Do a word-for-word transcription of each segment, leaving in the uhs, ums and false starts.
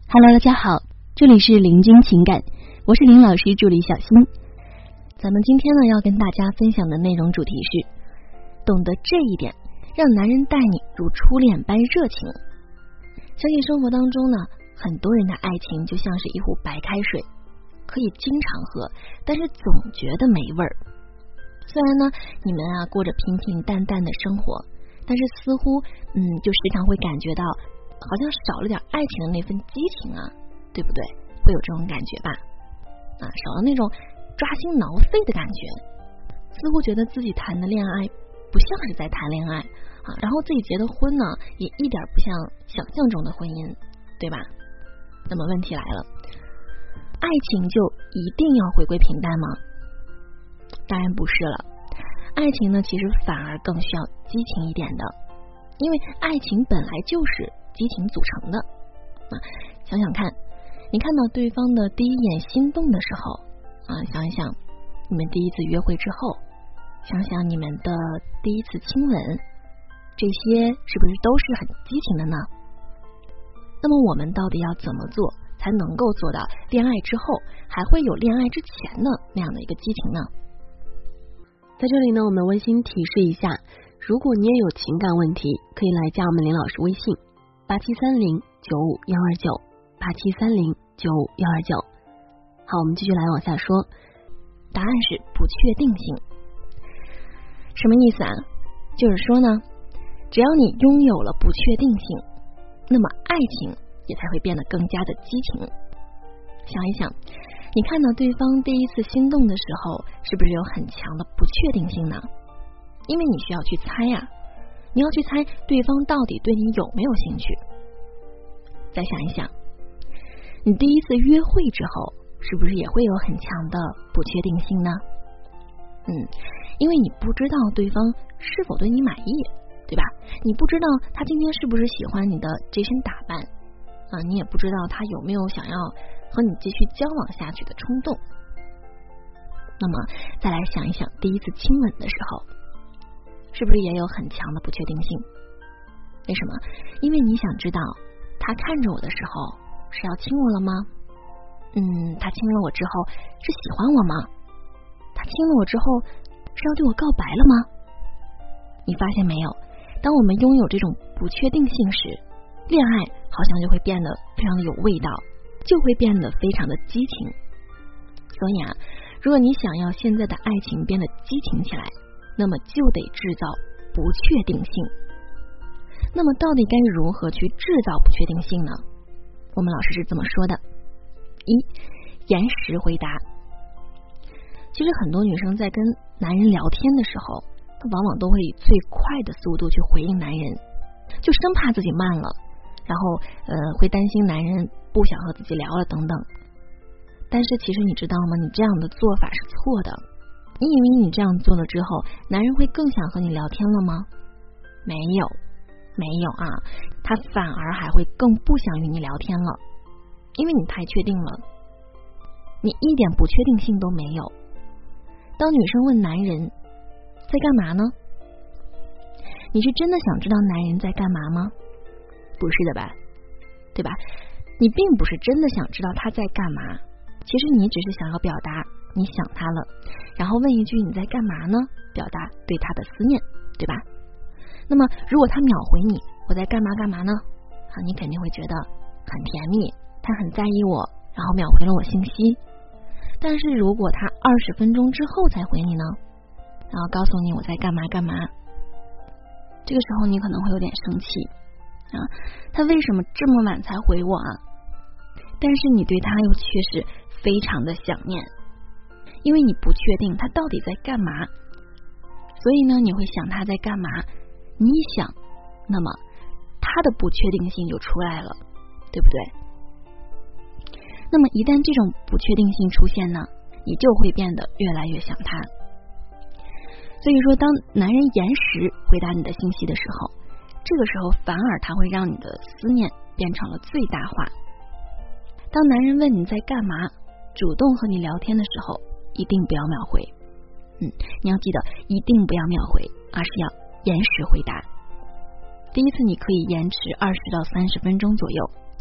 Hello， 大家好，这里是林君情感，我是林老师助理小新。咱们今天呢要跟大家分享的内容主题是：懂得这一点，让男人待你如初恋般热情。相信生活当中呢，很多人的爱情就像是一壶白开水，可以经常喝，但是总觉得没味儿。虽然呢，你们啊过着平平淡淡的生活，但是似乎嗯，就时常会感觉到好像少了点爱情的那份激情啊，对不对？会有这种感觉吧？啊，少了那种抓心挠肺的感觉，似乎觉得自己谈的恋爱不像是在谈恋爱啊，然后自己结的婚呢，也一点不像想象中的婚姻，对吧？那么问题来了，爱情就一定要回归平淡吗？当然不是了，爱情呢，其实反而更需要激情一点的，因为爱情本来就是激情组成的啊。想想看，你看到对方的第一眼心动的时候啊，想一想你们第一次约会之后，想想你们的第一次亲吻，这些是不是都是很激情的呢？那么我们到底要怎么做才能够做到恋爱之后还会有恋爱之前的那样的一个激情呢？ 在这里呢，我们温馨提示一下，如果你也有情感问题，可以来加我们林老师微信八七三零九五幺二九八七三零九五幺二九。好，我们继续来往下说。 答案是不确定性。什么意思啊？就是说呢，只要你拥有了不确定性，那么爱情也才会变得更加的激情。想一想，你看到对方第一次心动的时候，是不是有很强的不确定性呢？因为你需要去猜啊，你要去猜对方到底对你有没有兴趣。再想一想，你第一次约会之后，是不是也会有很强的不确定性呢？嗯，因为你不知道对方是否对你满意，对吧？你不知道他今天是不是喜欢你的这身打扮啊，你也不知道他有没有想要和你继续交往下去的冲动。那么再来想一想第一次亲吻的时候，是不是也有很强的不确定性？为什么？因为你想知道他看着我的时候是要亲我了吗？嗯，他亲了我之后是喜欢我吗？他亲了我之后是要对我告白了吗？你发现没有，当我们拥有这种不确定性时，恋爱好像就会变得非常的有味道，就会变得非常的激情。所以啊，如果你想要现在的爱情变得激情起来，那么就得制造不确定性。那么到底该如何去制造不确定性呢？我们老师是这么说的：一、延时回答。其实很多女生在跟男人聊天的时候，往往都会以最快的速度去回应男人，就生怕自己慢了，然后呃会担心男人不想和自己聊了等等。但是其实你知道吗？你这样的做法是错的。你以为你这样做了之后，男人会更想和你聊天了吗？没有，没有啊，他反而还会更不想与你聊天了，因为你太确定了，你一点不确定性都没有。当女生问男人在干嘛呢？你是真的想知道男人在干嘛吗？不是的吧，对吧？你并不是真的想知道他在干嘛，其实你只是想要表达你想他了，然后问一句你在干嘛呢？表达对他的思念，对吧？那么如果他秒回你我在干嘛干嘛呢？啊，你肯定会觉得很甜蜜，他很在意我，然后秒回了我信息。但是如果他二十分钟之后才回你呢，然后告诉你我在干嘛干嘛，这个时候你可能会有点生气啊，他为什么这么晚才回我啊？但是你对他又确实非常的想念，因为你不确定他到底在干嘛，所以呢你会想他在干嘛，你一想，那么他的不确定性就出来了，对不对？那么一旦这种不确定性出现呢，你就会变得越来越想他。所以说当男人延时回答你的信息的时候，这个时候反而他会让你的思念变成了最大化。当男人问你在干嘛，主动和你聊天的时候，一定不要秒回。嗯，你要记得一定不要秒回，而是要延时回答。第一次你可以延迟二十到三十分钟左右，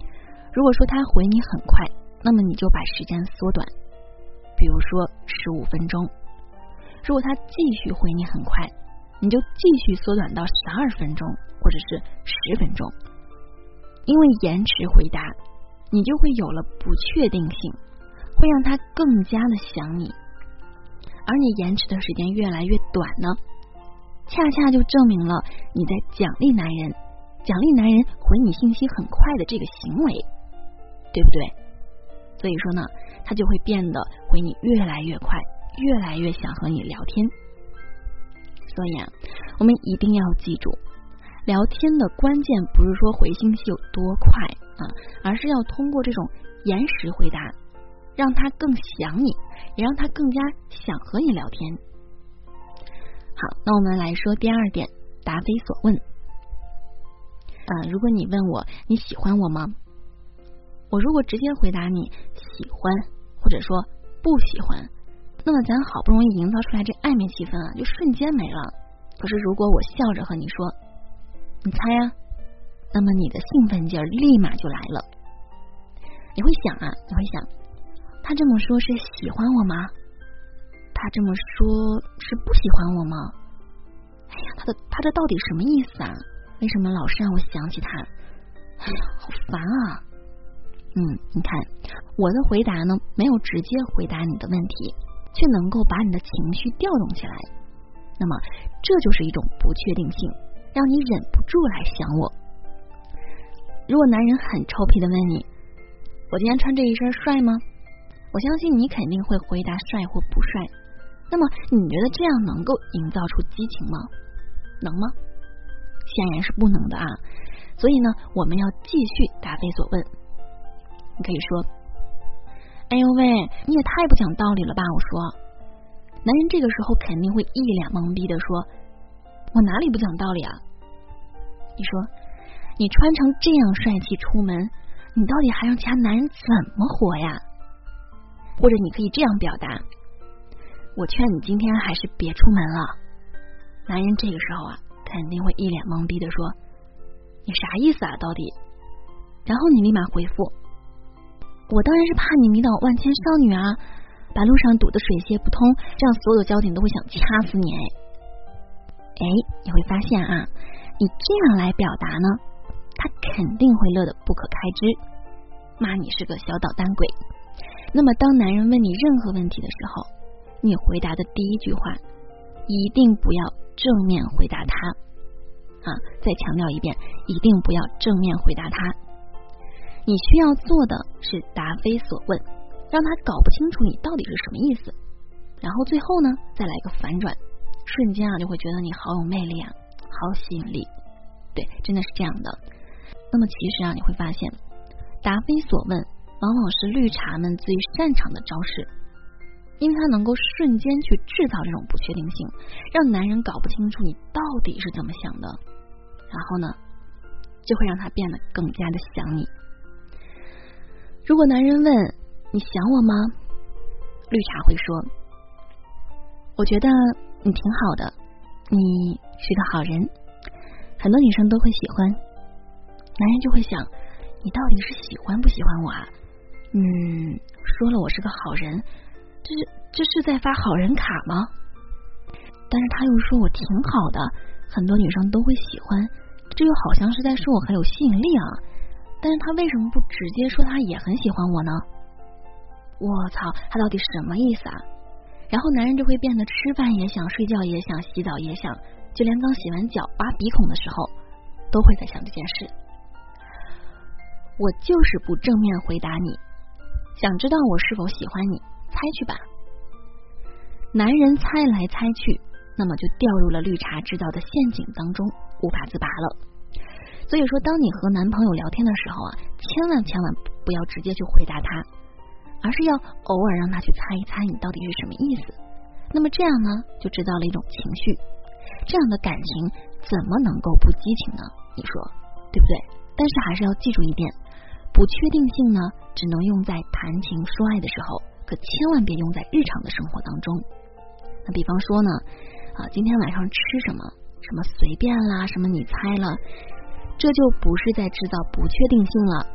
如果说他回你很快，那么你就把时间缩短，比如说十五分钟。如果他继续回你很快，你就继续缩短到十二分钟或者是十分钟。因为延迟回答，你就会有了不确定性，会让他更加的想你。而你延迟的时间越来越短呢，恰恰就证明了你在奖励男人奖励男人回你信息很快的这个行为，对不对？所以说呢，他就会变得回你越来越快，越来越想和你聊天。所以啊，我们一定要记住，聊天的关键不是说回信息有多快啊，而是要通过这种延时回答，让他更想你，也让他更加想和你聊天。好，那我们来说第二点，答非所问。呃，如果你问我你喜欢我吗？我如果直接回答你喜欢，或者说不喜欢，那么咱好不容易营造出来这暧昧气氛啊，就瞬间没了。可是如果我笑着和你说你猜啊，那么你的兴奋劲儿立马就来了。你会想啊，你会想，他这么说是喜欢我吗？他这么说是不喜欢我吗？哎呀，他的他这到底什么意思啊？为什么老是让我想起他？哎呀，好烦啊！嗯，你看我的回答呢，没有直接回答你的问题，却能够把你的情绪调动起来。那么这就是一种不确定性，让你忍不住来想我。如果男人很臭屁的问你，我今天穿这一身帅吗？我相信你肯定会回答帅或不帅。那么你觉得这样能够营造出激情吗？能吗？显然是不能的啊。所以呢，我们要继续答非所问。你可以说，哎呦喂，你也太不讲道理了吧。我说，男人这个时候肯定会一脸懵逼的说，我哪里不讲道理啊？你说，你穿成这样帅气出门，你到底还让其他男人怎么活呀？或者你可以这样表达，我劝你今天还是别出门了。男人这个时候啊，肯定会一脸懵逼的说，你啥意思啊到底？然后你立马回复，我当然是怕你迷倒万千少女啊，把路上堵得水泄不通，这样所有的交警都会想掐死你。哎哎，你会发现啊，你这样来表达呢，他肯定会乐得不可开支，骂你是个小捣蛋鬼。那么当男人问你任何问题的时候，你回答的第一句话一定不要正面回答他啊！再强调一遍，一定不要正面回答他。你需要做的是答非所问，让他搞不清楚你到底是什么意思，然后最后呢，再来一个反转，瞬间啊就会觉得你好有魅力啊，好吸引力。对，真的是这样的。那么其实啊，你会发现，答非所问往往是绿茶们最擅长的招式，因为它能够瞬间去制造这种不确定性，让男人搞不清楚你到底是怎么想的，然后呢，就会让他变得更加的想你。如果男人问你想我吗？绿茶会说，我觉得你挺好的，你是个好人，很多女生都会喜欢。男人就会想，你到底是喜欢不喜欢我啊？嗯，说了我是个好人，这是这是在发好人卡吗？但是他又说我挺好的，很多女生都会喜欢，这又好像是在说我很有吸引力啊。但是他为什么不直接说他也很喜欢我呢？我操，他到底什么意思啊？然后男人就会变得吃饭也想，睡觉也想，洗澡也想，就连刚洗完脚挖鼻孔的时候都会在想这件事。我就是不正面回答你，想知道我是否喜欢你，猜去吧。男人猜来猜去，那么就掉入了绿茶制造的陷阱当中，无法自拔了。所以说，当你和男朋友聊天的时候啊，千万千万不要直接去回答他，而是要偶尔让他去猜一猜你到底是什么意思。那么这样呢，就制造了一种情绪，这样的感情怎么能够不激情呢？你说对不对？但是还是要记住一点，不确定性呢，只能用在谈情说爱的时候，可千万别用在日常的生活当中。那比方说呢，啊，今天晚上吃什么，什么随便啦，什么你猜了，这就不是在制造不确定性了，而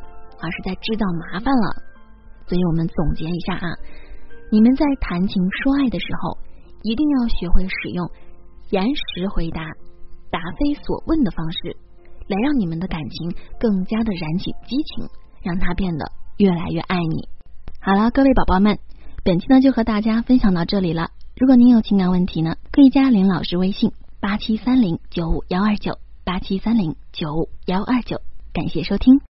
而是在制造麻烦了。所以我们总结一下啊，你们在谈情说爱的时候，一定要学会使用延时回答、答非所问的方式，来让你们的感情更加的燃起激情，让它变得越来越爱你。好了，各位宝宝们，本期呢就和大家分享到这里了。如果您有情感问题呢，可以加林老师微信八七三零九五幺二九八七三零九五幺二九，感谢收听。